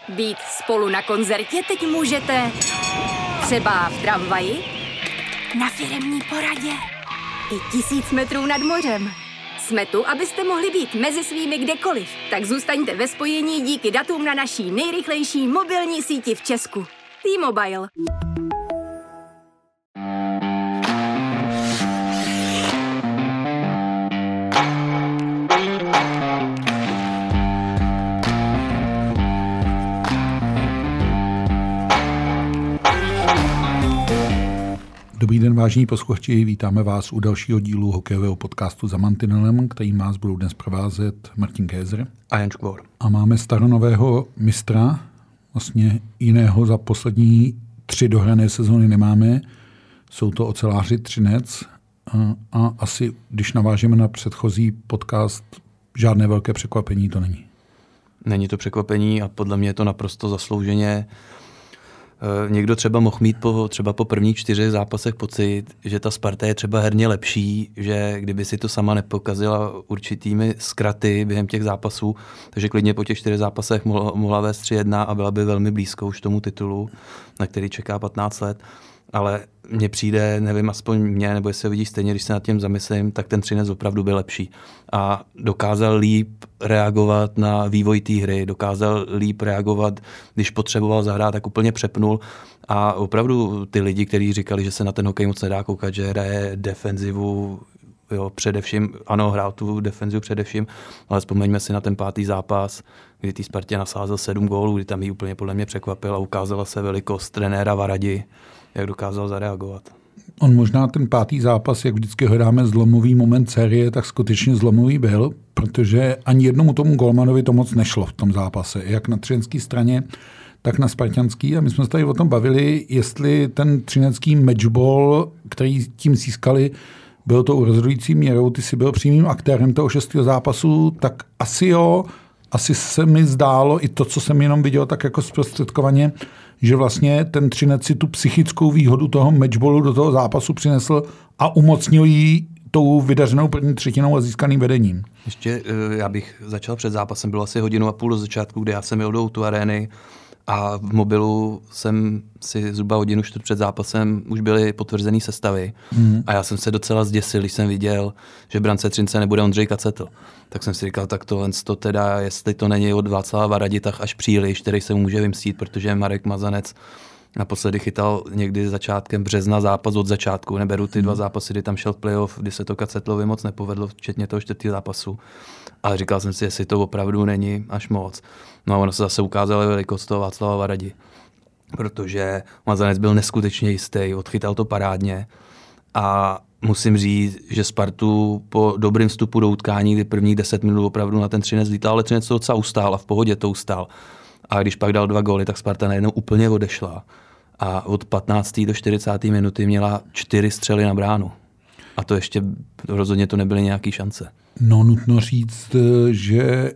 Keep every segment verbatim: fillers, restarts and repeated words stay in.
Být spolu na koncertě teď můžete třeba v tramvaji, na firemní poradě i tisíc metrů nad mořem. Jsme tu, abyste mohli být mezi svými kdekoliv. Tak zůstaňte ve spojení díky datům na naší nejrychlejší mobilní síti v Česku. T-Mobile. Dobrý den, vážení posluchači, vítáme vás u dalšího dílu hokejového podcastu Za mantinelem, který nás budou dnes provázet Martin Kézer a Jan Škvor. A máme staronového mistra, vlastně jiného za poslední tři dohrané sezóny nemáme. Jsou to oceláři Třinec a, a asi, když navážeme na předchozí podcast, žádné velké překvapení to není. Není to překvapení a podle mě je to naprosto zaslouženě. Někdo třeba mohl mít po, třeba po prvních čtyřech zápasech pocit, že ta Sparta je třeba herně lepší, že kdyby si to sama nepokazila určitými zkraty během těch zápasů, takže klidně po těch čtyřech zápasech mohla, mohla vést tři jedna a byla by velmi blízko už tomu titulu, na který čeká patnáct let. Ale mně přijde, nevím, aspoň mě, nebo jestli ho vidíš stejně, když se nad tím zamyslím, tak ten Třinec opravdu byl lepší. A dokázal líp reagovat na vývoj té hry, dokázal líp reagovat, když potřeboval zahrát, tak úplně přepnul. A opravdu ty lidi, kteří říkali, že se na ten hokej moc nedá koukat, že hraje defenzivu, jo, především, ano, hrál tu defenzivu především, ale vzpomeňme si na ten pátý zápas, kdy tý Spartě nasázel sedm gólů, kdy tam jí úplně podle mě překvapil a ukázala se velikost trenéra Varadi, jak dokázal zareagovat. On možná ten pátý zápas, jak vždycky hledáme zlomový moment série, tak skutečně zlomový byl, protože ani jednomu tomu golmanovi to moc nešlo v tom zápase, jak na třinecké straně, tak na spartanský. A my jsme se tady o tom bavili, jestli ten třinecký matchball, který tím získali, byl to rozhodující měrou, ty jsi byl přímým aktérem toho šestého zápasu, tak asi jo, asi se mi zdálo i to, co jsem jenom viděl tak jako zprostředkovaně, že vlastně ten Třinec si tu psychickou výhodu toho matchballu do toho zápasu přinesl a umocnil ji tou vydařenou první třetinou a získaným vedením. Ještě já bych začal před zápasem, bylo asi hodinu a půl do začátku, kdy já jsem jel do tu arény a v mobilu jsem si zhruba hodinu čtvrt před zápasem už byly potvrzené sestavy. Hmm. A já jsem se docela zděsil, když jsem viděl, že v brance Třince nebude Ondřej Kacetl. Tak jsem si říkal, tak tohle to teda, jestli to není od Václava Varadi, tak až příliš, který se mu může vymstít, protože Marek Mazanec naposledy chytal někdy začátkem března zápas od začátku. Neberu ty hmm. dva zápasy, kdy tam šel v playoff, kdy se to Kacetlovi moc nepovedlo, včetně toho čtvrtého zápasu. Ale říkal jsem si, jestli to opravdu není až moc. No a ono se zase ukázalo velikost toho Václava Varadi, protože Mazanec byl neskutečně jistý, odchytal to parádně a musím říct, že Spartu po dobrým vstupu do utkání, kdy prvních deset minut opravdu na ten Třinec lítal, ale Třinec to docela ustál a v pohodě to ustál. A když pak dal dva góly, tak Sparta najednou úplně odešla. A od patnácté do čtyřicáté minuty měla čtyři střely na bránu. A to ještě rozhodně to nebyly nějaký šance. No nutno říct, že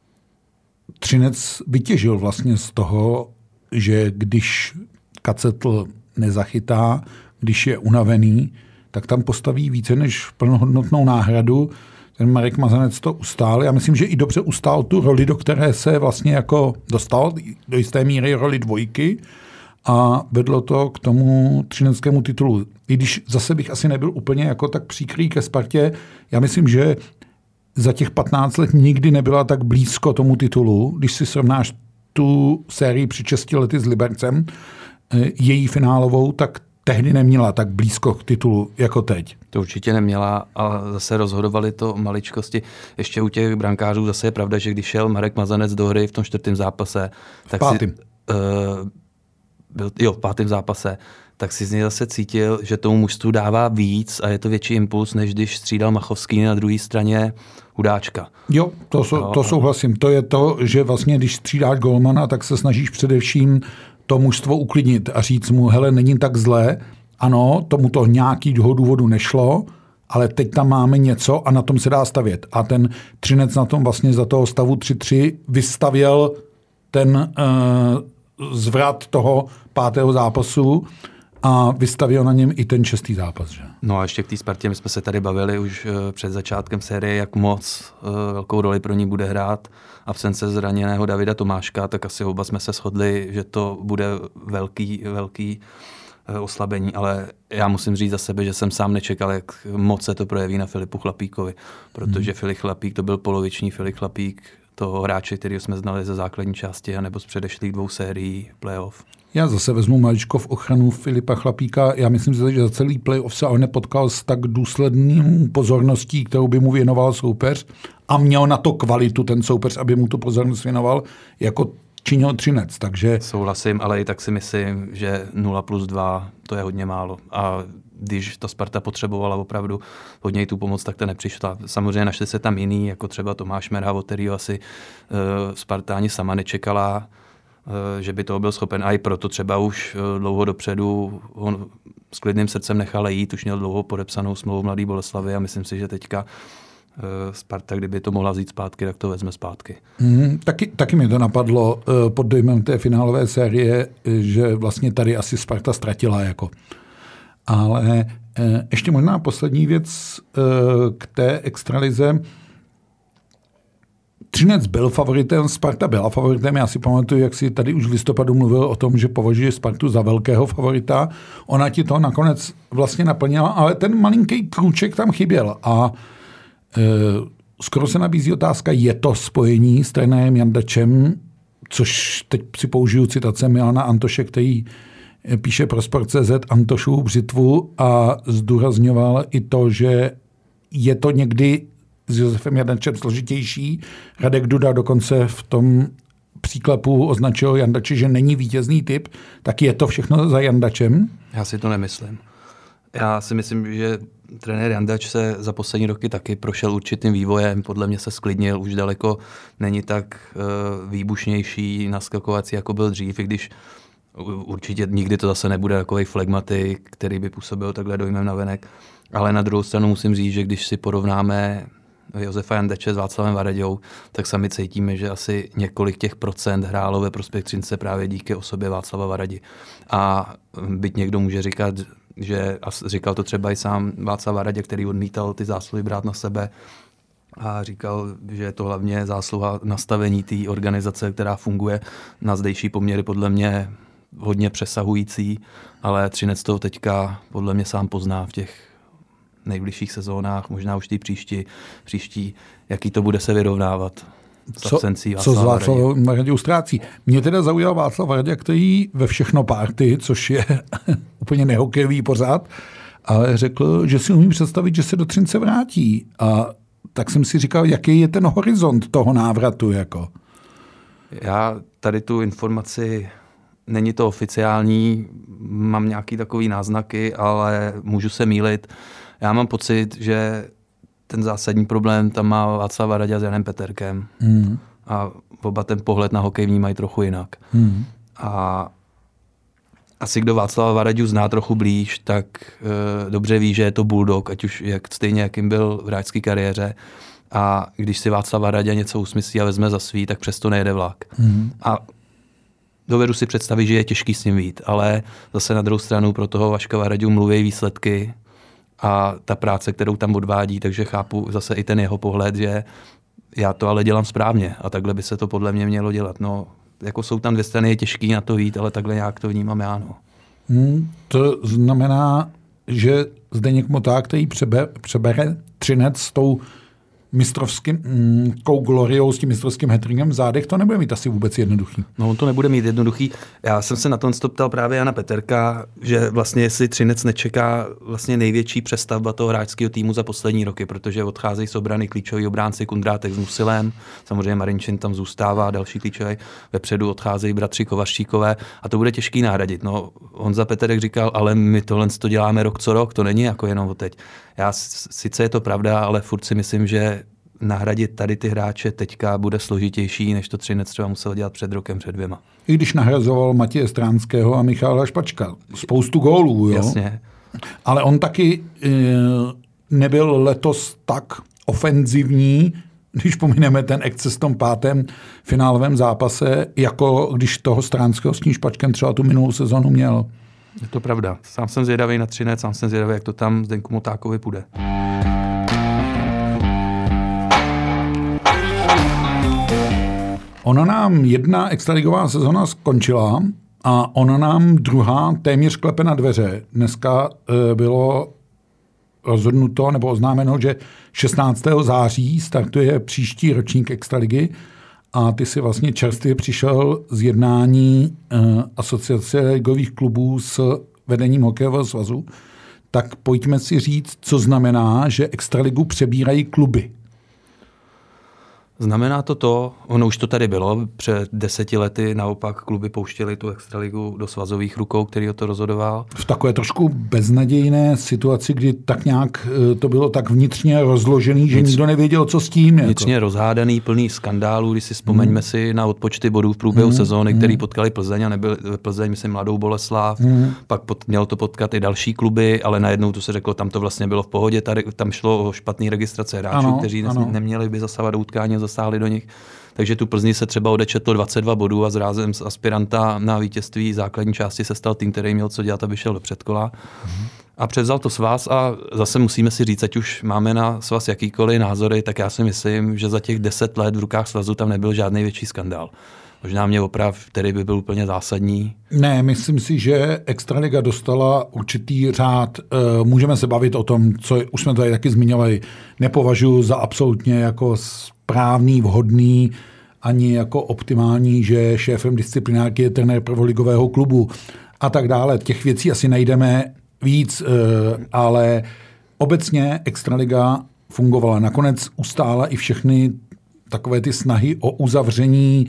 Třinec vytěžil vlastně z toho, že když Kacetl nezachytá, když je unavený, tak tam postaví více než plnohodnotnou náhradu. Ten Marek Mazanec to ustál. Já myslím, že i dobře ustál tu roli, do které se vlastně jako dostal, do jisté míry roli dvojky a vedlo to k tomu třineckému titulu. I když zase bych asi nebyl úplně jako tak příkrý ke Spartě, já myslím, že za těch patnáct let nikdy nebyla tak blízko tomu titulu, když si srovnáš tu sérii před šesti lety s Libercem, její finálovou, tak tehdy neměla tak blízko k titulu jako teď. To určitě neměla, ale zase rozhodovali to maličkosti. Ještě u těch brankářů zase je pravda, že když šel Marek Mazanec do hry v tom čtvrtém zápase, tak v pátým. Si, uh, byl, jo, v pátém zápase, tak si z něj zase cítil, že tomu mužstvu dává víc a je to větší impuls, než když střídal Machovský na druhé straně Hudáčka. Jo, to, so, to souhlasím. To je to, že vlastně když střídáš golmana, tak se snažíš především to mužstvo uklidnit a říct mu, hele, není tak zlé, ano, tomu to nějakýho důvodu nešlo, ale teď tam máme něco a na tom se dá stavět. A ten Třinec na tom vlastně za toho stavu tři tři vystavěl ten uh, zvrat toho pátého zápasu a vystavil na něm i ten šestý zápas. Že? No a ještě k té Spartě, my jsme se tady bavili už před začátkem série, jak moc velkou roli pro ní bude hrát absence zraněného Davida Tomáška, tak asi oba jsme se shodli, že to bude velký, velký oslabení, ale já musím říct za sebe, že jsem sám nečekal, jak moc se to projeví na Filipu Chlapíkovi, protože hmm. Filip Chlapík to byl poloviční Filip Chlapík, toho hráče, který jsme znali ze základní části anebo z předešlých dvou sérií playoff. Já zase vezmu maličko v ochranu Filipa Chlapíka. Já myslím, že za celý playoff se ale nepotkal s tak důsledným pozorností, kterou by mu věnoval soupeř a měl na to kvalitu ten soupeř, aby mu tu pozornost věnoval, jako činil Třinec. Takže... Souhlasím, ale i tak si myslím, že nula plus dva to je hodně málo. A když ta Sparta potřebovala opravdu od něj tu pomoc, tak to nepřišla. Samozřejmě našli se tam jiný, jako třeba Tomáš Merha, od kterýho asi uh, Sparta ani sama nečekala, uh, že by toho byl schopen. A i proto třeba už uh, dlouho dopředu on s klidným srdcem nechal jít, už měl dlouho podepsanou smlouvu Mladý Boleslavy a myslím si, že teďka uh, Sparta, kdyby to mohla vzít zpátky, tak to vezme zpátky. Mm, taky, taky mi to napadlo uh, pod dojmem té finálové série, že vlastně tady asi Sparta ztratila jako. Ale eh, ještě možná poslední věc eh, k té extralize. Třinec byl favoritem, Sparta byla favoritem. Já si pamatuju, jak si tady už v listopadu mluvil o tom, že považuje Spartu za velkého favorita. Ona ti to nakonec vlastně naplnila, ale ten malinký krůček tam chyběl. A eh, skoro se nabízí otázka, je to spojení s trenérem Jandačem, což teď si použiju citace Milana Antoše, který píše pro Sport tečka cé zet Antošovu břitvu a zdůrazňoval i to, že je to někdy s Josefem Jandačem složitější. Radek Duda dokonce v tom příklepu označil Jandače, že není vítězný typ, tak je to všechno za Jandačem? Já si to nemyslím. Já si myslím, že trenér Jandač se za poslední roky taky prošel určitým vývojem, podle mě se sklidnil, už daleko není tak uh, výbušnější, naskakovací, jako byl dřív, i když určitě nikdy to zase nebude takovej flegmatik, který by působil takhle dojmem navenek. Ale na druhou stranu musím říct, že když si porovnáme Josefa Jandače s Václavem Varaďou, tak sami cítíme, že asi několik těch procent hrálo ve prospěch Třince právě díky osobě Václava Varadi. A byť někdo může říkat, že, a říkal to třeba i sám Václav Varadě, který odmítal ty zásluhy brát na sebe, a říkal, že je to hlavně zásluha nastavení té organizace, která funguje na zdejší poměry podle mě hodně přesahující, ale Třinec to teďka podle mě sám pozná v těch nejbližších sezónách, možná už ty příští, příští, jaký to bude se vyrovnávat s absencí Co, co s Václavem Varadou ztrácí. Mě teda zaujal Václav Varadě, který ve všechno párty, což je úplně nehokejový pořád, ale řekl, že si umí představit, že se do Třince vrátí. A tak jsem si říkal, jaký je ten horizont toho návratu. Jako. Já tady tu informaci, není to oficiální, mám nějaký takový náznaky, ale můžu se mýlit. Já mám pocit, že ten zásadní problém tam má Václav Varaďa s Janem Peterkem. Mm. A oba ten pohled na hokej vnímají trochu jinak. Mm. A asi kdo Václava Varaďu zná trochu blíž, tak e, dobře ví, že je to bulldog, ať už jak, stejně jakým byl v hráčské kariéře. A když si Václav Varaďa něco usmyslí a vezme za svý, tak přesto nejede vlak. Mm. A dovedu si představit, že je těžký s ním vyjít, ale zase na druhou stranu pro toho Vaška Varaďu mluví výsledky a ta práce, kterou tam odvádí, takže chápu zase i ten jeho pohled, že já to ale dělám správně a takhle by se to podle mě mělo dělat. No, jako jsou tam dvě strany, je těžký na to jít, ale takhle nějak to vnímám já. No. Hmm, to znamená, že Zdeněk Moták, který přebe, přebere Třinec s tou mistrovským mm, gloriou, s tím mistrovským hattrickem v zádech, to nebude mít asi vůbec jednoduchý. No, on to nebude mít jednoduchý. Já jsem se na to ptal právě Jana Peterka, že vlastně jestli Třinec nečeká vlastně největší přestavba toho hráčského týmu za poslední roky, protože odcházejí z obrany klíčoví obránci Kundrátek s Musilem, samozřejmě Marinčin tam zůstává, další klíčový, vepředu odcházejí bratři Kovařčíkové a to bude těžký nahradit. No, Honza Peterek říkal, ale my tohle to děláme rok co rok, to není jako jenom od teď. Já sice je to pravda, ale furt si myslím, že nahradit tady ty hráče teďka bude složitější, než to Třinec třeba musel dělat před rokem, před dvěma. I když nahrazoval Matěje Stránského a Michala Špačka. Spoustu gólů, jo. Jasně. Ale on taky e, nebyl letos tak ofenzivní, když pomineme ten exces v tom pátém finálovém zápase, jako když toho Stránského s tím Špačkem třeba tu minulou sezonu měl. Je to pravda. Sám jsem zvědavý na Třinec, sám jsem zvědavý, jak to tam Zdenku Motákovi půjde. Ona nám jedna extraligová sezona skončila a ona nám druhá téměř klepe na dveře. Dneska e, bylo rozhodnuto nebo oznámeno, že šestnáctého září startuje příští ročník extraligy a ty si vlastně čerstvě přišel z jednání e, asociace ligových klubů s vedením hokejového svazu. Tak pojďme si říct, co znamená, že extraligu přebírají kluby. Znamená to to, ono už to tady bylo, před deseti lety naopak kluby pouštěli tu extraligu do svazových rukou, který o to rozhodoval. V takové trošku beznadějné situaci, kdy tak nějak to bylo tak vnitřně rozložený, že Nic, nikdo nevěděl, co s tím. Vnitřně jako. rozhádaný, plný skandálů, když si vzpomeňme hmm. si na odpočty bodů v průběhu hmm. sezóny, který potkali Plzeň a nebyl Plzeň, myslím, Mladou Boleslav, hmm. pak pod, mělo to potkat i další kluby, ale najednou to se řeklo, tam to vlastně bylo v pohodě, tady, tam šlo o špatný registrace hráčů, ano, kteří ano. neměli by zasávat do utkání, zasáhli do nich. Takže tu Plzni se třeba odečetlo dvacet dva bodů a s rázem z aspiranta na vítězství základní části se stal tým, který měl co dělat, aby šel do předkola. Mm-hmm. A převzal to svaz a zase musíme si říct, ať už máme na svaz jakýkoliv názory, tak já si myslím, že za těch deset let v rukách svazu tam nebyl žádný větší skandál. Možná mě oprav, který by byl úplně zásadní. Ne, myslím si, že extraliga dostala určitý řád. Můžeme se bavit o tom, co už jsme tady taky zmiňovali. Nepovažuji za absolutně jako správný, vhodný, ani jako optimální, že šéfem disciplinárky je trenér prvoligového klubu a tak dále. Těch věcí asi najdeme víc, ale obecně extraliga fungovala. Nakonec ustála i všechny takové ty snahy o uzavření,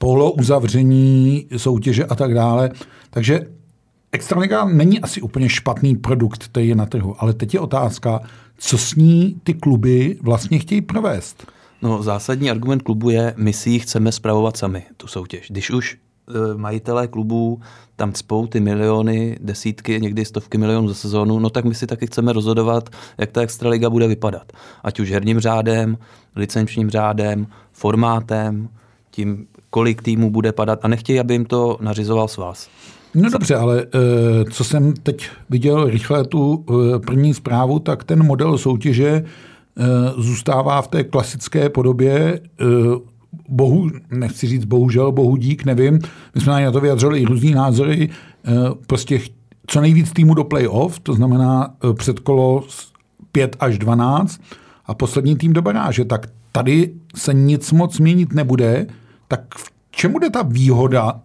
polouzavření soutěže a tak dále. Takže extraliga není asi úplně špatný produkt, který je na trhu, ale teď je otázka, co s ní ty kluby vlastně chtějí provést. No, zásadní argument klubu je, my si ji chceme spravovat sami, tu soutěž. Když už e, majitelé klubů tam cpou ty miliony, desítky, někdy stovky milionů za sezónu, no tak my si taky chceme rozhodovat, jak ta extraliga bude vypadat. Ať už herním řádem, licenčním řádem, formátem, tím, kolik týmů bude padat a nechtějí, aby jim to nařizoval svaz. No dobře, ale co jsem teď viděl rychle tu první zprávu, tak ten model soutěže zůstává v té klasické podobě. Bohu, nechci říct bohužel, bohu dík, nevím. My jsme na to vyjadřili i různý názory. Prostě co nejvíc týmů do play-off, to znamená předkolo pět až dvanáct a poslední tým do baráže. Tak tady se nic moc měnit nebude. Tak v čemu jde ta výhoda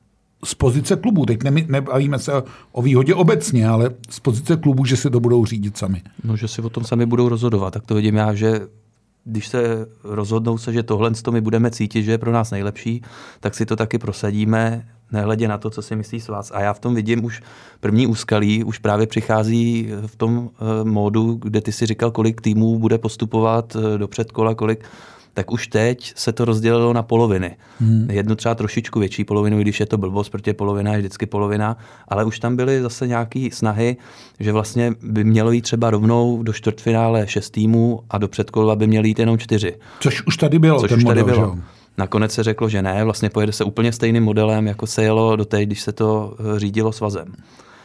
z pozice klubu? Teď nebavíme se o výhodě obecně, ale z pozice klubu, že se to budou řídit sami. No, že si o tom sami budou rozhodovat. Tak to vidím já, že když se rozhodnou se, že tohle my budeme cítit, že je pro nás nejlepší, tak si to taky prosadíme, nehledě na to, co si myslí svaz. A já v tom vidím už první úskalí, už právě přichází v tom uh, módu, kde ty si říkal, kolik týmů bude postupovat uh, do předkola, kolik, tak už teď se to rozdělilo na poloviny. Hmm. Jednu třeba trošičku větší polovinu, když je to blbost, protože polovina je vždycky polovina, ale už tam byly zase nějaké snahy, že vlastně by mělo jít třeba rovnou do čtvrtfinále šest týmů a do předkola by měly jít jenom čtyři. Což už tady bylo. Což ten už model, tady bylo. Nakonec se řeklo, že ne, vlastně pojede se úplně stejným modelem, jako se jelo doteď, když se to řídilo svazem.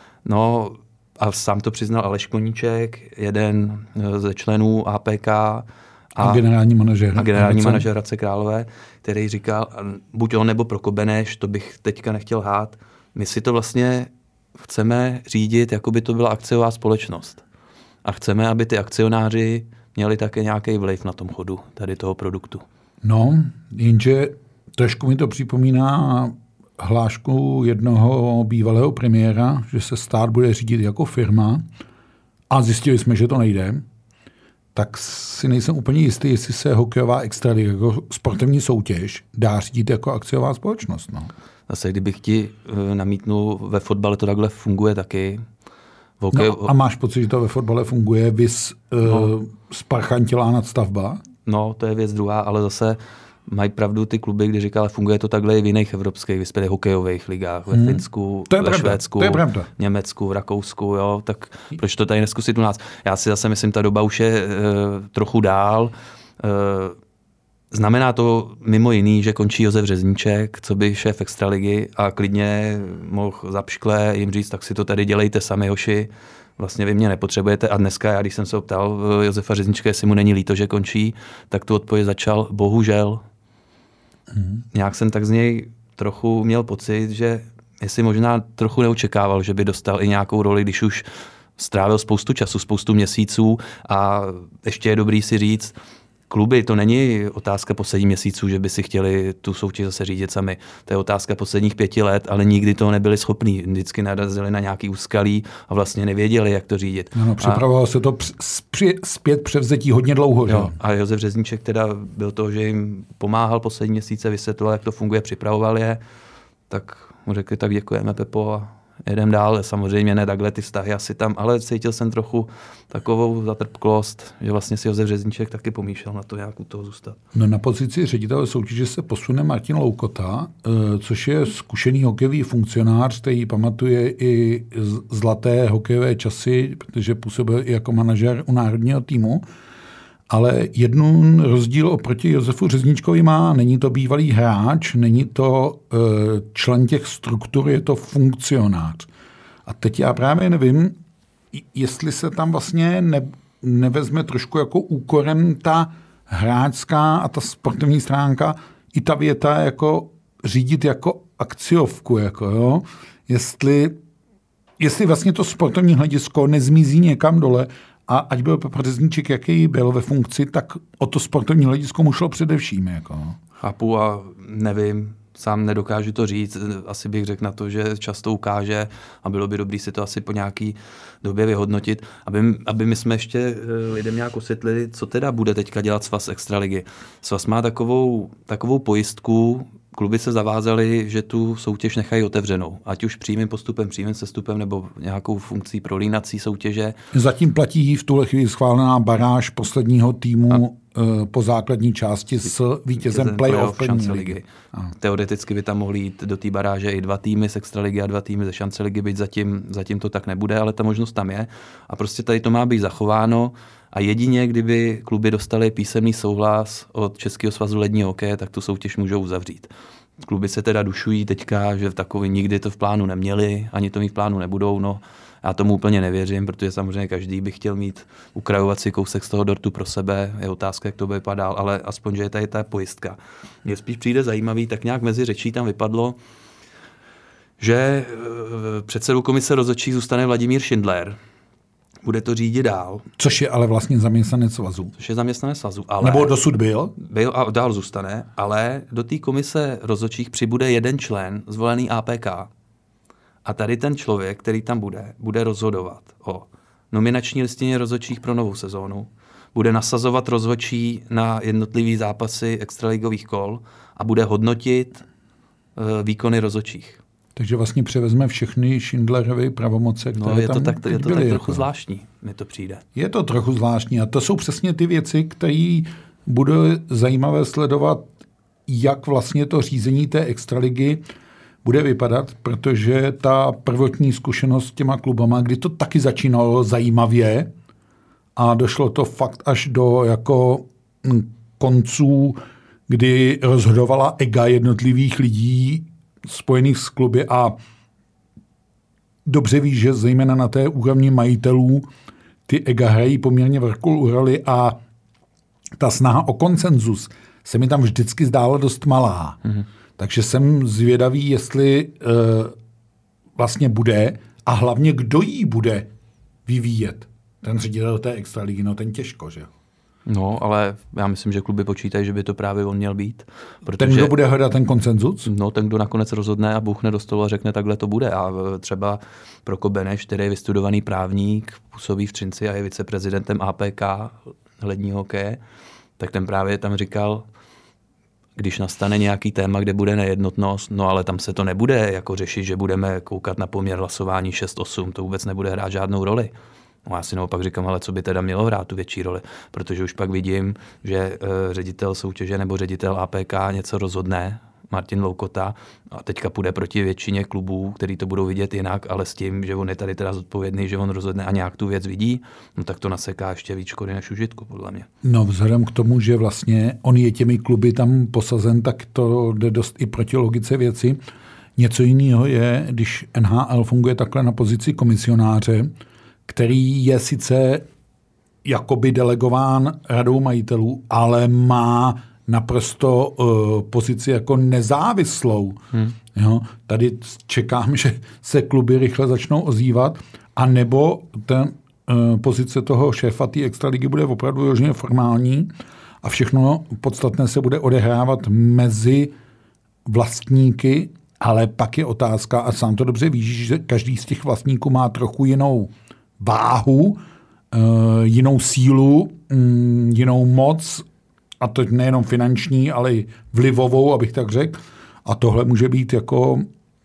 No a sám to přiznal Aleš Koníček, jeden ze členů A P K, A, a generální manažer. A generální manažer Hradce Králové, který říkal, buď on nebo Prokobeneš, to bych teďka nechtěl hát, my si to vlastně chceme řídit, jako by to byla akciová společnost. A chceme, aby ty akcionáři měli také nějaký vliv na tom chodu tady toho produktu. No, jenže trošku mi to připomíná hlášku jednoho bývalého premiéra, že se stát bude řídit jako firma a zjistili jsme, že to nejde. Tak si nejsem úplně jistý, jestli se hokejová extraliga jako sportovní soutěž dá řídit jako akciová společnost. No. Zase, kdybych ti uh, namítnul, ve fotbale to takhle funguje taky. Hokej... No, a máš pocit, že to ve fotbale funguje, vys uh, no. sparchantilá nadstavba? No, to je věc druhá, ale zase mají pravdu ty kluby, když říká, ale funguje to takhle i v jiných evropských, vyspělých hokejových ligách, ve hmm. Finsku, ve pravda. Švédsku, Německu, v Rakousku, jo, tak proč to tady neskusit u nás? Já si zase myslím, ta doba už je e, trochu dál. E, znamená to mimo jiný, že končí Josef Řezníček, co by šéf extraligy a klidně mohl zapškle jim říct, tak si to tady dělejte sami, hoši, vlastně vy mě nepotřebujete. A dneska, já když jsem se ho ptal Josefa Řezníčka, jestli mu není líto, že končí, tak tu odpověď začal, bohužel. Hmm. Nějak jsem tak z něj trochu měl pocit, že jestli možná trochu neočekával, že by dostal i nějakou roli, když už strávil spoustu času, spoustu měsíců a ještě je dobrý si říct, kluby, to není otázka posledních měsíců, že by si chtěli tu soutěž zase řídit sami. To je otázka posledních pěti let, ale nikdy toho nebyli schopní. Vždycky narazili na nějaký úskalí a vlastně nevěděli, jak to řídit. No, no připravovalo a... se to při, zpět převzetí hodně dlouho. Jo, a Josef Řezníček teda byl to, že jim pomáhal poslední měsíce, vysvětloval, jak to funguje, připravoval je, tak mu řekli, tak děkujeme, Pepo, a jedem dál. Samozřejmě ne takhle ty vztahy asi tam, ale cítil jsem trochu takovou zatrpklost, že vlastně si Josef Řezníček taky pomýšlel na to nějak u toho zůstat. No, na pozici ředitele soutěže se posune Martin Loukota, což je zkušený hokejový funkcionář, který pamatuje i zlaté hokejové časy, protože působil i jako manažer u národního týmu. Ale jednu rozdíl oproti Josefu Řezníčkovi má, není to bývalý hráč, není to e, člen těch struktur, je to funkcionář. A teď já právě nevím, jestli se tam vlastně ne, nevezme trošku jako úkorem ta hráčská a ta sportovní stránka, i ta věta jako řídit jako akciovku, jako jo. Jestli, jestli vlastně to sportovní hledisko nezmizí někam dole, a ať byl Petr Řezníček, jaký byl ve funkci, tak o to sportovní hledisko mu šlo především. Jako. Chápu a nevím, sám nedokážu to říct. Asi bych řekl na to, že často ukáže a bylo by dobré si to asi po nějaký době vyhodnotit, aby, aby my jsme ještě lidem nějak osvětlili, co teda bude teďka dělat Svaz extraligy. Svaz má takovou, takovou pojistku, kluby se zavázaly, že tu soutěž nechají otevřenou. Ať už přímým postupem, přímým sestupem nebo nějakou funkcí prolínací soutěže. Zatím platí v tuhle chvíli schválená baráž posledního týmu a po základní části s vítězem playoff první ligy. Teoreticky by tam mohli jít do té baráže i dva týmy z extraligy a dva týmy ze šance ligy, byť zatím, zatím to tak nebude, ale ta možnost tam je. A prostě tady to má být zachováno. A jedině, kdyby kluby dostali písemný souhlas od Českého svazu ledního hokeje, tak tu soutěž můžou uzavřít. Kluby se teda dušují teďka, že takový nikdy to v plánu neměli, ani to mít v plánu nebudou. No, já tomu úplně nevěřím, protože samozřejmě každý by chtěl mít ukrajovací kousek z toho dortu pro sebe. Je otázka, jak to bude vypadat, ale aspoň, že je tady ta pojistka. Mně spíš přijde zajímavý, tak nějak mezi řečí tam vypadlo, že předsedou komise rozhodčích zůstane Vladimír Šindler. Bude to řídit dál. Což je ale vlastně zaměstnanec svazu. Což je zaměstnanec svazu. Ale Nebo dosud byl? Byl a dál zůstane, ale do té komise rozhodčích přibude jeden člen zvolený A P K. A tady ten člověk, který tam bude, bude rozhodovat o nominační listině rozhodčích pro novou sezónu, bude nasazovat rozhodčí na jednotlivý zápasy extraligových kol a bude hodnotit uh, výkony rozhodčích. Takže vlastně převezme všechny Schindlerovy pravomoce, které no, je to tam tak, je to byly, tak trochu jako. zvláštní, mi to přijde. Je to trochu zvláštní a to jsou přesně ty věci, které bude zajímavé sledovat, jak vlastně to řízení té extraligy bude vypadat, protože ta prvotní zkušenost s těma klubama, kdy to taky začínalo zajímavě a došlo to fakt až do jako konců, kdy rozhodovala ega jednotlivých lidí spojených s kluby a dobře víš, že zejména na té úrovni majitelů ty ega hrají poměrně velkou roli a ta snaha o konsenzus se mi tam vždycky zdála dost malá. Mm-hmm. Takže jsem zvědavý, jestli uh, vlastně bude a hlavně kdo jí bude vyvíjet. Ten ředitel té extraligy, no ten těžko, že jo. No, ale já myslím, že kluby počítají, že by to právě on měl být. Protože, ten, kdo bude hledat ten konsenzus? No, ten, kdo nakonec rozhodne a bouchne do stolu a řekne, takhle to bude. A třeba Prokop Beneš, který je vystudovaný právník, působí v Třinci a je viceprezidentem A P K ledního hokeje, tak ten právě tam říkal, když nastane nějaký téma, kde bude nejednotnost, no ale tam se to nebude jako řešit, že budeme koukat na poměr hlasování šest osm, to vůbec nebude hrát žádnou roli. No já si naopak říkám, ale co by teda mělo hrát tu větší roli, protože už pak vidím, že uh, ředitel soutěže nebo ředitel A P K něco rozhodne Martin Loukota a teďka půjde proti většině klubů, který to budou vidět jinak, ale s tím, že on je tady teda zodpovědný, že on rozhodne a nějak tu věc vidí, no tak to naseká ještě víc škody než užitku, podle mě. No vzhledem k tomu, že vlastně on je těmi kluby tam posazen, tak to jde dost i proti logice věci. Něco jiného je, když N H L funguje takhle na pozici komisionáře, který je sice jakoby delegován radou majitelů, ale má naprosto uh, pozici jako nezávislou. Hmm. Jo? Tady čekám, že se kluby rychle začnou ozývat, a nebo ten uh, pozice toho šéfa té extraligy bude opravdu vyloženě formální a všechno podstatné se bude odehrávat mezi vlastníky, ale pak je otázka, a sám to dobře víš, že každý z těch vlastníků má trochu jinou váhu, jinou sílu, jinou moc, a to nejenom finanční, ale i vlivovou, abych tak řekl. A tohle může být jako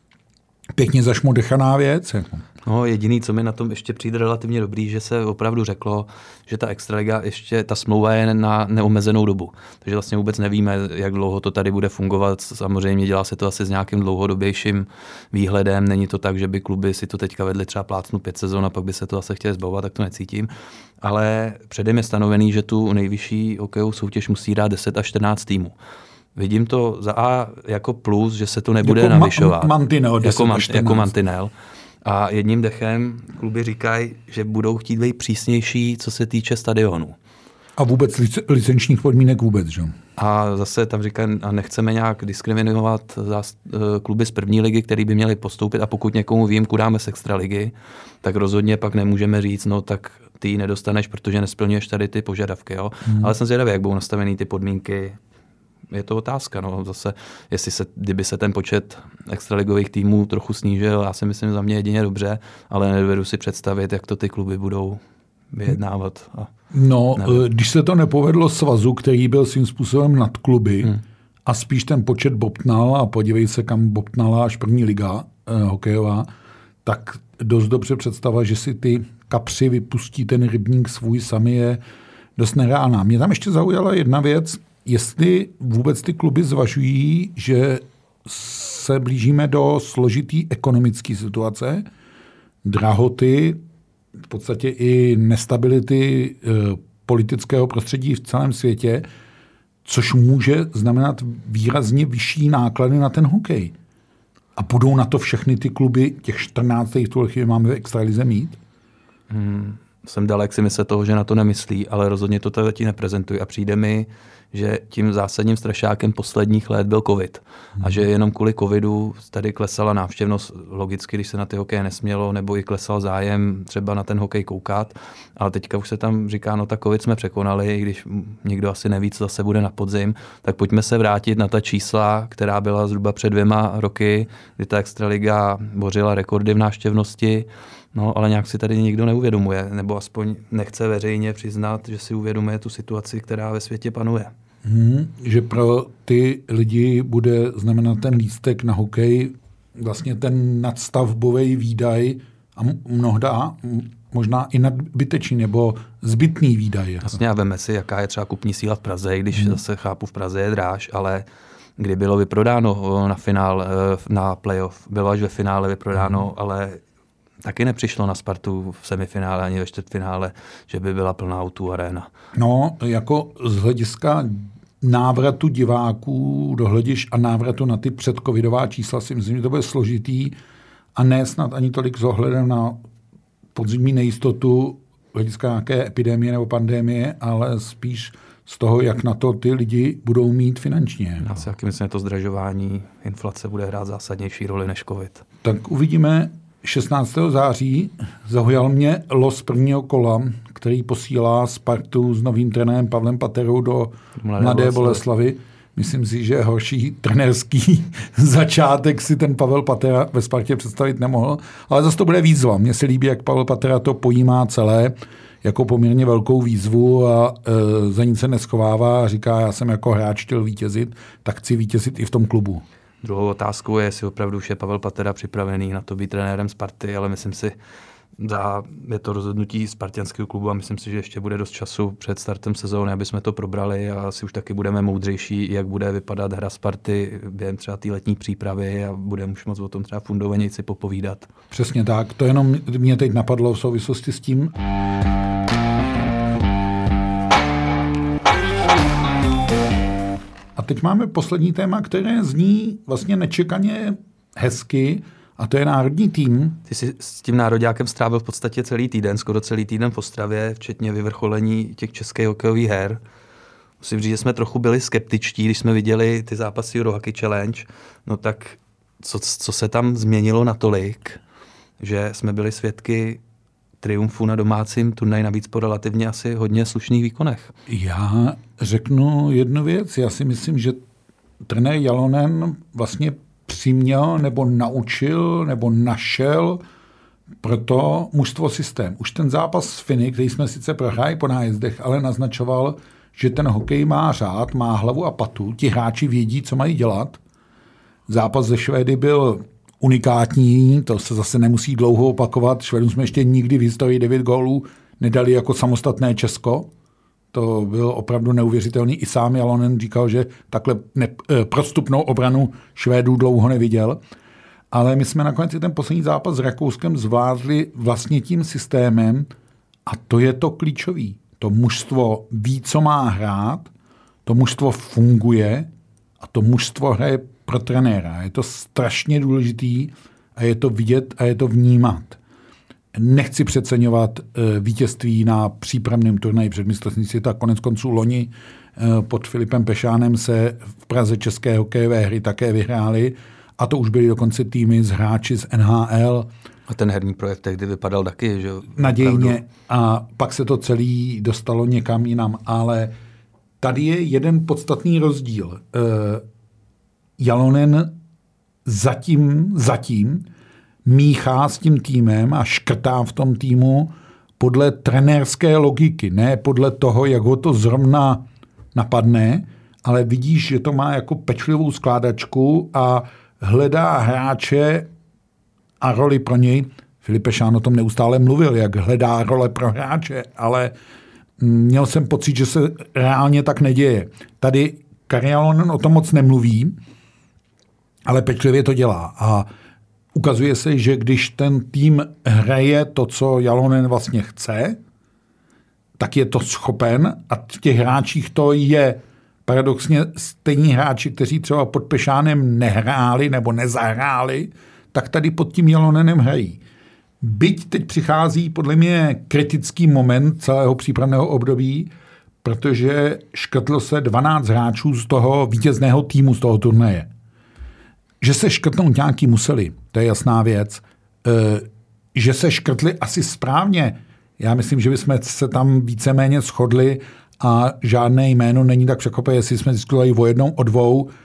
pěkně zašmodechaná věc. No, jediný, co mi na tom ještě přijde relativně dobrý, že se opravdu řeklo, že ta extraliga ještě, ta smlouva je na neomezenou dobu. Takže vlastně vůbec nevíme, jak dlouho to tady bude fungovat. Samozřejmě dělá se to asi s nějakým dlouhodobějším výhledem. Není to tak, že by kluby si to teďka vedli třeba plácnu pět sezon a pak by se to zase chtěli zbavovat, tak to necítím. Ale předem je stanovený, že tu nejvyšší hokejovou soutěž musí dát deset až čtrnáct týmů. Vidím to za A jako plus, že se to nebude jako navyšovat. Ma- mantinel, jako, man, jako mantinel. A jedním dechem kluby říkají, že budou chtít být přísnější, co se týče stadionů. A vůbec lic- licenčních podmínek vůbec, že? A zase tam říkají, a nechceme nějak diskriminovat zás, kluby z první ligy, který by měli postoupit, a pokud někomu výjimku dáme z extraligy, tak rozhodně pak nemůžeme říct, no tak ty ji nedostaneš, protože nesplňuješ tady ty požadavky. Jo? Hmm. Ale jsem zvědavý, jak budou nastavený ty podmínky. Je to otázka, no zase, jestli se, kdyby se ten počet extraligových týmů trochu snížil, já si myslím za mě jedině dobře, ale nedovedu si představit, jak to ty kluby budou vyjednávat. A no, nevím. Když se to nepovedlo svazu, který byl svým způsobem nad kluby, hmm. a spíš ten počet bobtnal, a podívej se, kam bobtnala až první liga eh, hokejová, tak dost dobře představa, že si ty kapři vypustí ten rybník svůj sami, je dost nereálná. Mě tam ještě zaujala jedna věc, jestli vůbec ty kluby zvažují, že se blížíme do složitý ekonomické situace, drahoty, v podstatě i nestability e, politického prostředí v celém světě, což může znamenat výrazně vyšší náklady na ten hokej. A budou na to všechny ty kluby, těch čtrnáct, v tuhle chvíli máme v extralize mít? Hmm, jsem dalek si myslet toho, že na to nemyslí, ale rozhodně to tady ti neprezentují. A přijde mi, že tím zásadním strašákem posledních let byl covid. Hmm. A že jenom kvůli covidu tady klesala návštěvnost, logicky, když se na ty hokeje nesmělo, nebo i klesal zájem třeba na ten hokej koukat. Ale teďka už se tam říká, no tak covid jsme překonali, i když někdo asi neví, co zase bude na podzim, tak pojďme se vrátit na ta čísla, která byla zhruba před dvěma roky, kdy ta extraliga bořila rekordy v návštěvnosti. No, ale nějak si tady nikdo neuvědomuje, nebo aspoň nechce veřejně přiznat, že si uvědomuje tu situaci, která ve světě panuje. Hmm, že pro ty lidi bude znamenat ten lístek na hokej vlastně ten nadstavbový výdaj a mnohda možná i nadbytečný nebo zbytný výdaj. Vlastně a veme si, jaká je třeba kupní síla v Praze, když hmm. zase chápu, v Praze je dráž, ale kdy bylo vyprodáno na finál, na playoff, bylo až ve finále vyprodáno, hmm. ale taky nepřišlo na Spartu v semifinále ani ve čtvrtfinále, že by byla plná O dva Arena. No, jako z hlediska návratu diváků do hlediš a návratu na ty předcovidová čísla si myslím, že to bude složitý a ne snad ani tolik s ohledem na podzimní nejistotu hlediska nějaké epidemie nebo pandemie, ale spíš z toho, jak na to ty lidi budou mít finančně. Já si taky myslím, že to zdražování, inflace bude hrát zásadnější roli než covid. Tak uvidíme. šestnáctého září zaujal mě los prvního kola, který posílá Spartu s novým trenérem Pavlem Paterou do Mladé, Mladé Boleslavy. Myslím si, že horší trenérský začátek si ten Pavel Patera ve Spartě představit nemohl, ale zase to bude výzva. Mně se líbí, jak Pavel Patera to pojímá celé jako poměrně velkou výzvu a e, za nic se neschovává a říká, já jsem jako hráč chtěl vítězit, tak chci vítězit i v tom klubu. Druhou otázkou je, jestli opravdu už je Pavel Patera připravený na to být trenérem Sparty, ale myslím si, A je to rozhodnutí spartanského klubu a myslím si, že ještě bude dost času před startem sezóny, aby jsme to probrali a asi už taky budeme moudřejší, jak bude vypadat hra Sparty během třeba té letní přípravy a budeme už moc o tom třeba fundovaně si popovídat. Přesně tak, to jenom mě teď napadlo v souvislosti s tím. A teď máme poslední téma, které zní vlastně nečekaně hezky, a to je národní tým. Ty jsi s tím nároďákem strávil v podstatě celý týden, skoro celý týden v Ostravě, včetně vyvrcholení těch českých hokejových her. Musím říct, že jsme trochu byli skeptičtí, když jsme viděli ty zápasy Euro Hockey Challenge. No tak co, co se tam změnilo natolik, že jsme byli svědky triumfu na domácím turnaji, navíc po relativně asi hodně slušných výkonech. Já řeknu jednu věc. Já si myslím, že trenér Jalonen vlastně přiměl nebo naučil nebo našel proto mužstvo systém. Už ten zápas s Finy, který jsme sice prohráli po nájezdech, ale naznačoval, že ten hokej má řád, má hlavu a patu. Ti hráči vědí, co mají dělat. Zápas ze Švédy byl unikátní, to se zase nemusí dlouho opakovat. Švédům jsme ještě nikdy v historii devět gólů nedali jako samostatné Česko. To byl opravdu neuvěřitelný. I sám Jalonen říkal, že takhle ne, prostupnou obranu Švédů dlouho neviděl. Ale my jsme nakonec i ten poslední zápas s Rakouskem zvládli vlastně tím systémem a to je to klíčový. To mužstvo ví, co má hrát, to mužstvo funguje a to mužstvo hraje pro trenéra. Je to strašně důležitý a je to vidět a je to vnímat. Nechci přeceňovat vítězství na přípravném turnaji před mistrovstvím světa. Konec konců loni pod Filipem Pešánem se v Praze české hokejové hry také vyhrály a to už byly dokonce týmy z hráči z N H L. A ten herní projekt tehdy vypadal taky, že nadějně opravdu. A pak se to celý dostalo někam jinam, ale tady je jeden podstatný rozdíl. Jalonen zatím, zatím míchá s tím týmem a škrtá v tom týmu podle trenérské logiky, ne podle toho, jak ho to zrovna napadne, ale vidíš, že to má jako pečlivou skládačku a hledá hráče a roli pro něj. Filip Pešán o tom neustále mluvil, jak hledá role pro hráče, ale měl jsem pocit, že se reálně tak neděje. Tady Kari Jalonen o tom moc nemluví, ale pečlivě to dělá a ukazuje se, že když ten tým hraje to, co Jalonen vlastně chce, tak je to schopen a v těch hráčích to je paradoxně stejní hráči, kteří třeba pod Pešánem nehráli nebo nezahráli, tak tady pod tím Jalonenem hrají. Byť teď přichází podle mě kritický moment celého přípravného období, protože škrtlo se dvanáct hráčů z toho vítězného týmu z toho turnaje. Že se škrtnout nějaký museli, to je jasná věc. E, že se škrtli asi správně. Já myslím, že bychom se tam víceméně shodli a žádné jméno není tak překvapivé, jestli jsme diskutovali o jednou, o dvou. E,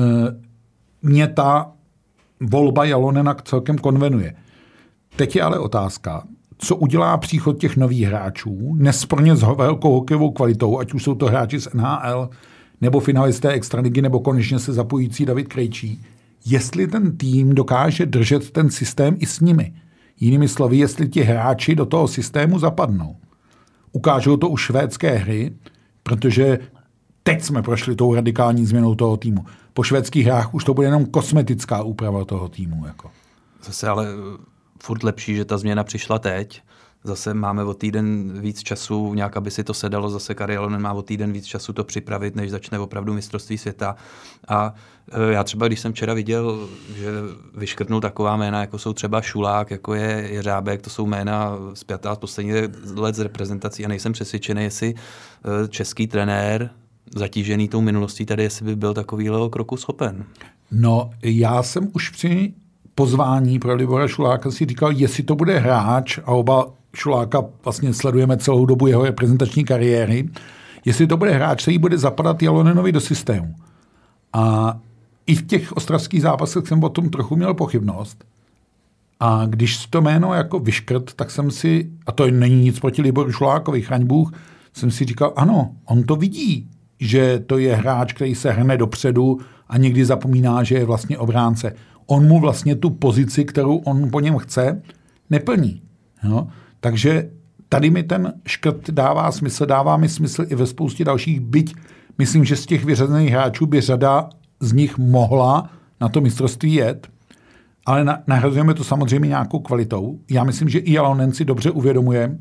mě ta volba Jalonena celkem konvenuje. Teď je ale otázka, co udělá příchod těch nových hráčů, nesporně s velkou hokejovou kvalitou, ať už jsou to hráči z N H L, nebo finalisté extraligy, nebo konečně se zapojící David Krejčí, jestli ten tým dokáže držet ten systém i s nimi. Jinými slovy, jestli ti hráči do toho systému zapadnou. Ukážou to už švédské hry, protože teď jsme prošli tou radikální změnou toho týmu. Po švédských hrách už to bude jenom kosmetická úprava toho týmu. Jako. Zase ale furt lepší, že ta změna přišla teď. Zase máme o týden víc času, nějak aby si to sedalo, zase Kari Jalonen má o týden víc času to připravit, než začne opravdu mistrovství světa. A já třeba, když jsem včera viděl, že vyškrtnul taková jména, jako jsou třeba Šulák, jako je Jeřábek, to jsou jména spjatá z posledních let z reprezentací a nejsem přesvědčený, jestli český trenér zatížený tou minulostí tady, jestli by byl takovýhle kroku schopen. No, já jsem už při pozvání pro Libora Šuláka si říkal, jestli to bude hráč, a oba Šuláka vlastně sledujeme celou dobu jeho reprezentační kariéry, jestli to bude hráč, který bude zapadat Jalonenovi do systému. A i v těch ostravských zápasech jsem o tom trochu měl pochybnost. A když to jméno jako vyškrt, tak jsem si, a to není nic proti Liboru Šulákovi, chraň Bůh, jsem si říkal, ano, on to vidí, že to je hráč, který se hrne dopředu a někdy zapomíná, že je vlastně obránce. On mu vlastně tu pozici, kterou on po něm chce, neplní. Jo? Takže tady mi ten škrt dává smysl, dává mi smysl i ve spoustě dalších, byť myslím, že z těch vyřazených hráčů by řada z nich mohla na to mistrovství jet, ale na, nahrazujeme to samozřejmě nějakou kvalitou. Já myslím, že i Jalonen si dobře uvědomuje,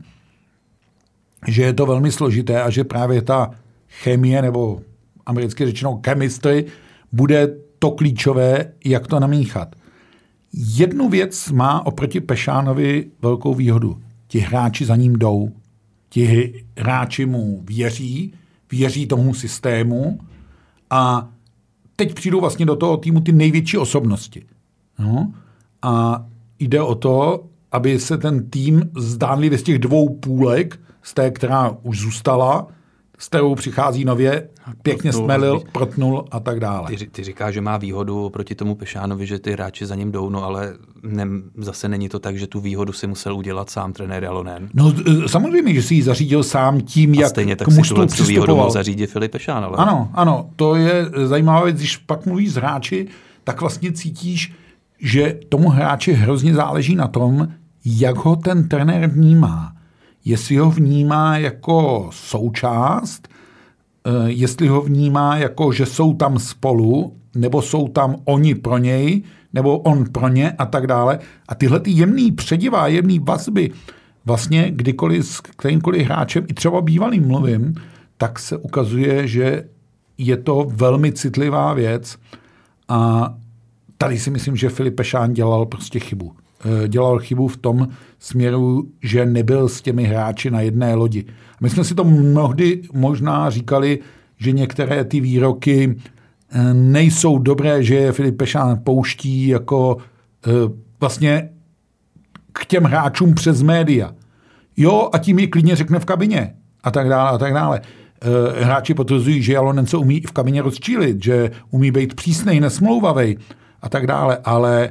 že je to velmi složité a že právě ta chemie, nebo americky řečeno chemistry, bude to klíčové, jak to namíchat. Jednu věc má oproti Pešánovi velkou výhodu. Ti hráči za ním jdou. Ti hráči mu věří, věří tomu systému a teď přijdou vlastně do toho týmu ty největší osobnosti. No? A jde o to, aby se ten tým zdánlivě z těch dvou půlek, z té, která už zůstala, s kterou přichází nově, pěkně stmelil, protnul a tak dále. Ty, ty říkáš, že má výhodu proti tomu Pešánovi, že ty hráči za ním jdou, no ale ne, zase není to tak, že tu výhodu si musel udělat sám trenér Jalonen. No samozřejmě, že si ji zařídil sám tím, a jak stejně tak k mužstvu si tu výhodu mohl zařídit Filip Pešán. Ale... Ano, ano, to je zajímavá věc, když pak mluvíš s hráči, tak vlastně cítíš, že tomu hráči hrozně záleží na tom, jak ho ten trenér vnímá. Jestli ho vnímá jako součást, jestli ho vnímá jako, že jsou tam spolu, nebo jsou tam oni pro něj, nebo on pro ně a tak dále. A tyhle ty jemný předivá, jemný vazby, vlastně kdykoliv s kterýmkoliv hráčem, i třeba bývalým mluvím, tak se ukazuje, že je to velmi citlivá věc a tady si myslím, že Filip Pešán dělal prostě chybu. Dělal chybu v tom směru, že nebyl s těmi hráči na jedné lodi. My jsme si to mnohdy možná říkali, že některé ty výroky nejsou dobré, že je Filip Pešán pouští jako vlastně k těm hráčům přes média. Jo, a tím je klidně řekne v kabině a tak dále a tak dále. Hráči potvrzují, že Jalonen se umí i v kabině rozčílit, že umí být přísnej, nesmlouvavej a tak dále, ale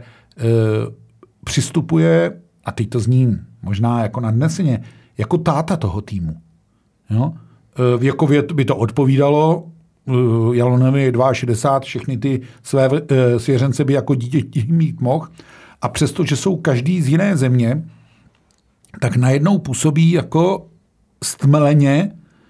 přistupuje, a teď to zní možná jako nadneseně, jako táta toho týmu. Jo? Věkově by to odpovídalo, Jalonenovi je šedesát dva, všechny ty své svěřence by jako dítě mít mohl, a přesto, že jsou každý z jiné země, tak najednou působí jako stmeleně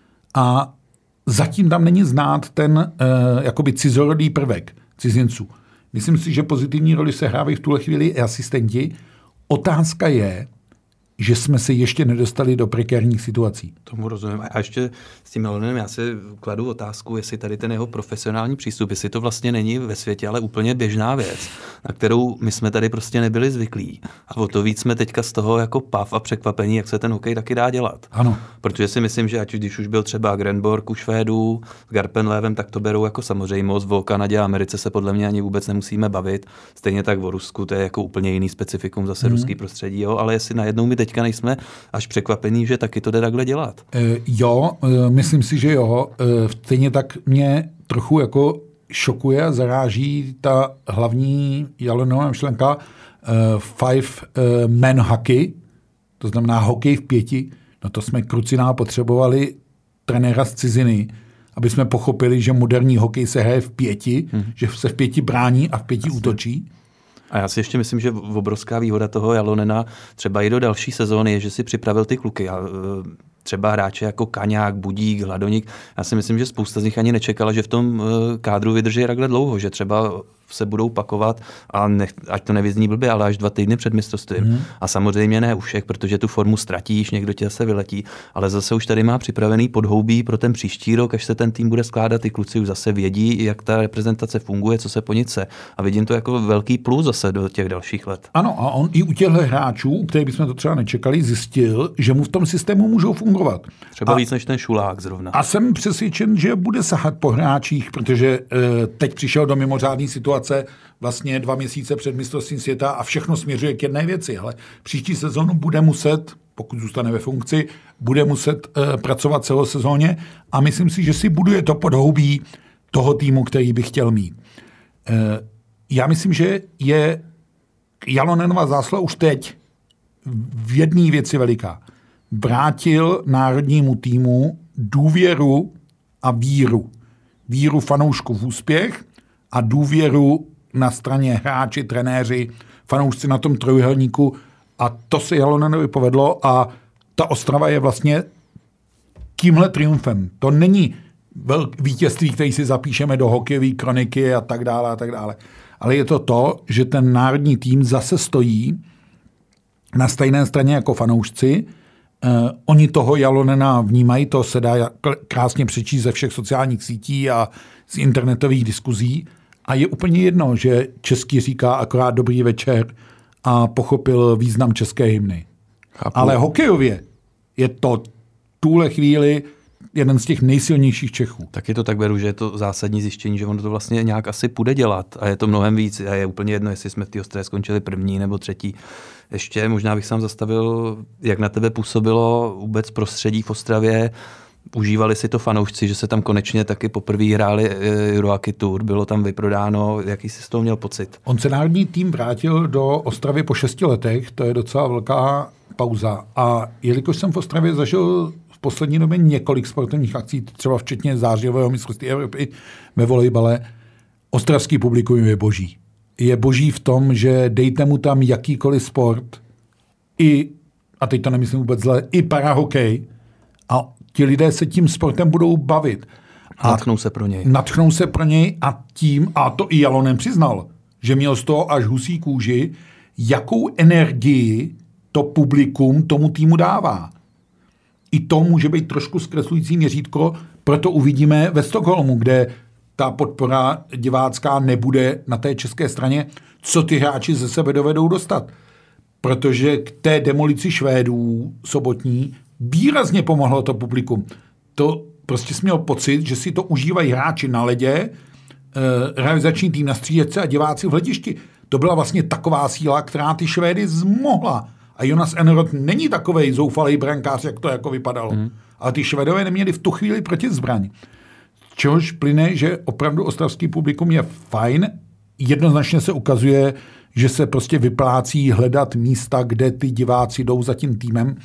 a zatím tam není znát ten jakoby cizorodý prvek cizinců. Myslím si, že pozitivní roli se hrávají v tuhle chvíli i asistenti. Otázka je, že jsme se ještě nedostali do prekérních situací. Tomu rozumím. A ještě s tím Jalonenem já si kladu otázku, jestli tady ten jeho profesionální přístup, jestli to vlastně není ve světě, ale úplně běžná věc, na kterou my jsme tady prostě nebyli zvyklí. A o to víc jsme teďka z toho jako pav a překvapení, jak se ten hokej taky dá dělat. Ano. Protože si myslím, že ať když už byl třeba Grenborg u Švédů, s Garpenlevem, tak to berou jako samozřejmost. O Kanadě a Americe se podle mě ani vůbec nemusíme bavit. Stejně tak o Rusku, to je jako úplně jiný specifikum, zase hmm. ruský prostředí, jo, ale jestli najednou my teďka nejsme až překvapení, že taky to jde takhle dělat. E, jo, e, myslím si, že jo. E, stejně tak mě trochu jako šokuje a zaráží ta hlavní Jalonenová myšlenka e, five e, man hockey, to znamená hokej v pěti. No to jsme kruciná potřebovali trenéra z ciziny, aby jsme pochopili, že moderní hokej se hraje v pěti, hmm. že se v pěti brání a v pěti Asi. útočí. A já si ještě myslím, že obrovská výhoda toho Jalonena třeba i do další sezóny je, že si připravil ty kluky. A třeba hráče jako Kaňák, Budík, Hladoník. Já si myslím, že spousta z nich ani nečekala, že v tom kádru vydrží takhle dlouho, že třeba se budou pakovat a nech, ať to nevyzní blbě, ale až dva týdny před mistrovstvím. Hmm. A samozřejmě ne u všech, protože tu formu ztratíš, někdo tě zase vyletí, ale zase už tady má připravený podhoubí pro ten příští rok, až se ten tým bude skládat, ty kluci už zase vědí, jak ta reprezentace funguje, co se po ní chce. A vidím to jako velký plus zase do těch dalších let. Ano, a on i u těchto hráčů, u kterých bychom to třeba nečekali, zjistil, že mu v tom systému můžou fungovat. Třeba a, víc než ten Šulák zrovna. A jsem přesvědčen, že bude sahat po hráčích, protože e, teď přišel do mimořádné situace vlastně dva měsíce před mistrovstvím světa a všechno směřuje k jedné věci, ale příští sezonu bude muset, pokud zůstane ve funkci, bude muset e, pracovat celosezóně a myslím si, že si buduje to podhoubí toho týmu, který by chtěl mít. E, já myslím, že je Jalonenova zásluha už teď v jedné věci veliká. Vrátil národnímu týmu důvěru a víru. Víru fanoušků v úspěch a důvěru na straně hráči, trenéři, fanoušci na tom trojuhelníku A to se Jalonenovi povedlo a ta Ostrava je vlastně tímhle triumfem. To není vítězství, který si zapíšeme do hokejové kroniky a tak dále a tak dále. Ale je to to, že ten národní tým zase stojí na stejné straně jako fanoušci. Eh, oni toho Jalonena vnímají, to se dá krásně přečíst ze všech sociálních sítí a z internetových diskuzí. A je úplně jedno, že český říká akorát dobrý večer a pochopil význam české hymny. Chápu. Ale hokejově je to tuhle chvíli jeden z těch nejsilnějších Čechů. Taky to tak beru, že je to zásadní zjištění, že ono to vlastně nějak asi půjde dělat a je to mnohem víc a je úplně jedno, jestli jsme v té Ostravě skončili první nebo třetí. Ještě možná bych sám zastavil, jak na tebe působilo vůbec prostředí v Ostravě. Užívali si to fanoušci, že se tam konečně taky poprvé hráli Eurohockey Tour, bylo tam vyprodáno. Jaký jsi z toho měl pocit? On se národní tým vrátil do Ostravy po šesti letech, to je docela velká pauza. A jelikož jsem v Ostravě zažil v poslední době několik sportovních akcí, třeba včetně zářijového mistrovství Evropy ve volejbale, ostravský publikum je boží. Je boží v tom, že dejte mu tam jakýkoliv sport, i, a teď to nemyslím vůbec zle, i parahokej, a ti lidé se tím sportem budou bavit. A natchnou se pro něj. Natchnou se pro něj a tím, a to i Jalonen přiznal, že měl z toho až husí kůži, jakou energii to publikum tomu týmu dává. I to může být trošku zkreslující měřítko, proto uvidíme ve Stockholmu, kde ta podpora divácká nebude na té české straně, co ty hráči ze sebe dovedou dostat. Protože k té demolici Švédů sobotní výrazně pomohlo to publikum. To prostě jsi měl pocit, že si to užívají hráči na ledě, eh, realizační tým na střídačce a diváci v hledišti. To byla vlastně taková síla, která ty Švédy zmohla. A Jonas Enroth není takovej zoufalý brankář, jak to jako vypadalo. Mm. Ale ty Švédové neměli v tu chvíli protizbraň. Čehož plyne, že opravdu ostravský publikum je fajn. Jednoznačně se ukazuje, že se prostě vyplácí hledat místa, kde ty diváci jdou za tím týmem.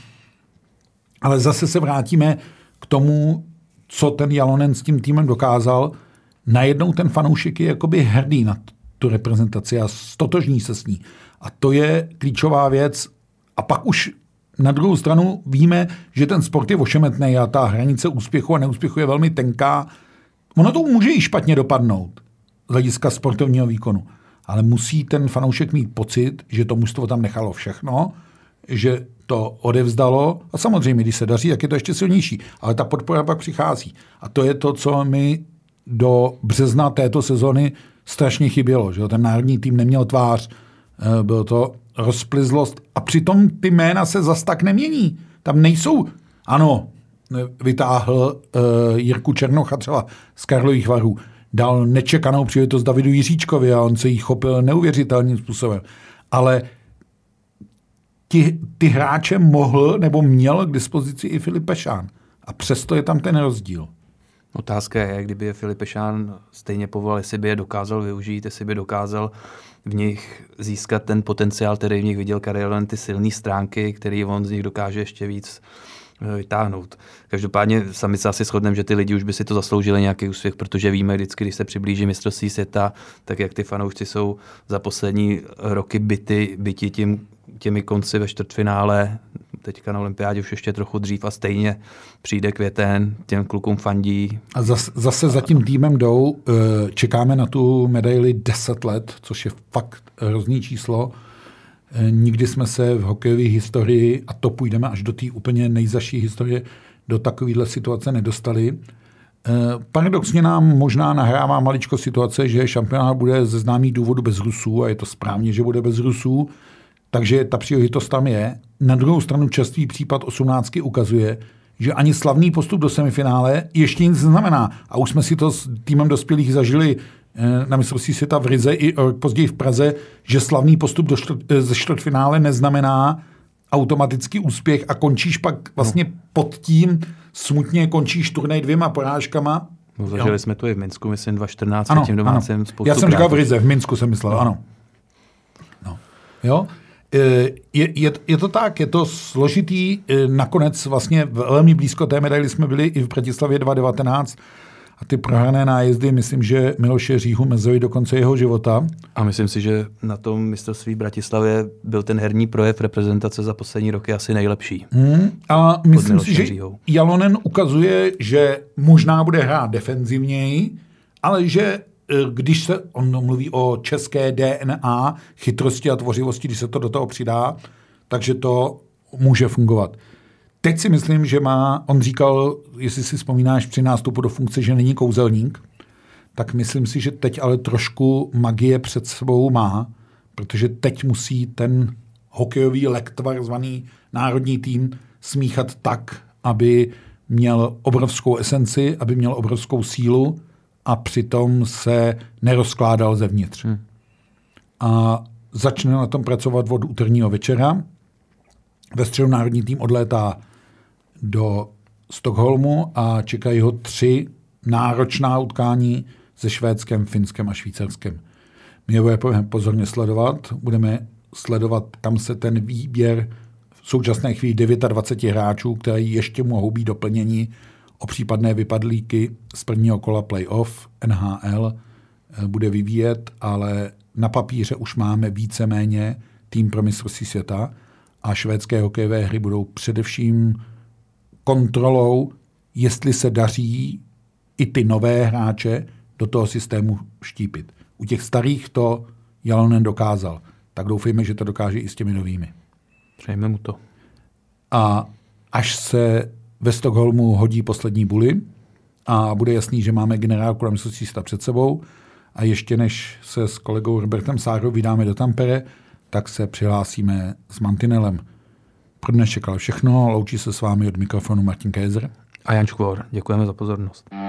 Ale zase se vrátíme k tomu, co ten Jalonen s tím týmem dokázal. Najednou ten fanoušek je jakoby hrdý na tu reprezentaci a stotožní se s ní. A to je klíčová věc. A pak už na druhou stranu víme, že ten sport je ošemetný a ta hranice úspěchu a neúspěchu je velmi tenká. Ono to může i špatně dopadnout z hlediska sportovního výkonu. Ale musí ten fanoušek mít pocit, že to mužstvo tam nechalo všechno, že to odevzdalo a samozřejmě, když se daří, jak je to ještě silnější. Ale ta podpora pak přichází. A to je to, co mi do března této sezony strašně chybělo. Že ten národní tým neměl tvář, bylo to rozplizlost a přitom ty jména se zas tak nemění. Tam nejsou, ano, vytáhl uh, Jirku Černocha třeba z Karlových Varů, dal nečekanou příležitost Davidu Jiříčkovi a on se jí chopil neuvěřitelným způsobem. Ale ty, ty hráče mohl nebo měl k dispozici i Filip Pešán. A přesto je tam ten rozdíl. Otázka je, kdyby je Filip Pešán stejně povolal, jestli by je dokázal využít, jestli by dokázal v nich získat ten potenciál, který v nich viděl Karel, ty silné stránky, který on z nich dokáže ještě víc vytáhnout. Každopádně sami se asi shodneme, že ty lidi už by si to zasloužili nějaký úspěch, protože víme vždycky, když se přiblíží mistrovství světa, tak jak ty fanoušci jsou za poslední roky bity, byti tím, těmi konci ve čtvrtfinále, teďka na olympiádě už ještě trochu dřív a stejně přijde květen, těm klukům fandí. A zase, zase za tím týmem jdou, čekáme na tu medaili deset let, což je fakt hrozný číslo. Nikdy jsme se v hokejové historii, a to půjdeme až do té úplně nejzaší historie, do takovéhle situace nedostali. Paradoxně nám možná nahrává maličko situace, že šampionát bude ze známých důvodů bez Rusů a je to správně, že bude bez Rusů, takže ta příležitost tam je. Na druhou stranu čerstvý případ osmnáctky ukazuje, že ani slavný postup do semifinále ještě nic neznamená. A už jsme si to s týmem dospělých zažili na mistrovství světa v Rize i později v Praze, že slavný postup do čtvrt, ze čtvrtfinále neznamená automatický úspěch a končíš pak vlastně no. pod tím, smutně končíš turnaj dvěma porážkama. No, zažili jo. jsme to i v Minsku, myslím dva tisíce čtrnáct, ano, tím domácím spoustu. Já jsem říkal v Rize, v Minsku jsem myslel, no. ano. No. Jo? Je, je, je to tak, je to složitý, nakonec vlastně velmi blízko té medaili jsme byli i v Bratislavě dva tisíce devatenáct A ty prohrané nájezdy, myslím, že Miloše Říhu mezili do konce jeho života. A myslím si, že na tom mistrovství v Bratislavě byl ten herní projev reprezentace za poslední roky asi nejlepší. Hmm. A myslím si, že Jalonen ukazuje, že možná bude hrát defenzivněji, ale že když se, on mluví o české D N A, chytrosti a tvořivosti, když se to do toho přidá, takže to může fungovat. Teď si myslím, že má, on říkal, jestli si vzpomínáš při nástupu do funkce, že není kouzelník, tak myslím si, že teď ale trošku magie před sebou má, protože teď musí ten hokejový lektvar zvaný národní tým smíchat tak, aby měl obrovskou esenci, aby měl obrovskou sílu a přitom se nerozkládal zevnitř. Hmm. A začne na tom pracovat od úterního večera. Ve středu národní tým odlétá do Stockholmu a čekají ho tři náročná utkání se Švédskem, Finskem a Švýcarskem. My je budeme pozorně sledovat. Budeme sledovat, kam se ten výběr v současné chvíli dvacet devět hráčů, které ještě mohou být doplněni o případné vypadlíky z prvního kola playoff N H L, bude vyvíjet, ale na papíře už máme víceméně tým pro mistrovství světa a švédské hokejové hry budou především kontrolou, jestli se daří i ty nové hráče do toho systému štípit. U těch starých to Jalonen dokázal. Tak doufejme, že to dokáže i s těmi novými. Přejme mu to. A až se ve Stockholmu hodí poslední buly a bude jasný, že máme generálku na mistrovství světa před sebou a ještě než se s kolegou Robertem Sárou vydáme do Tampere, tak se přihlásíme s mantinelem. Pro dnešek ale všechno. Loučí se s vámi od mikrofonu Martin Kézer a Jan Škvor. Děkujeme za pozornost.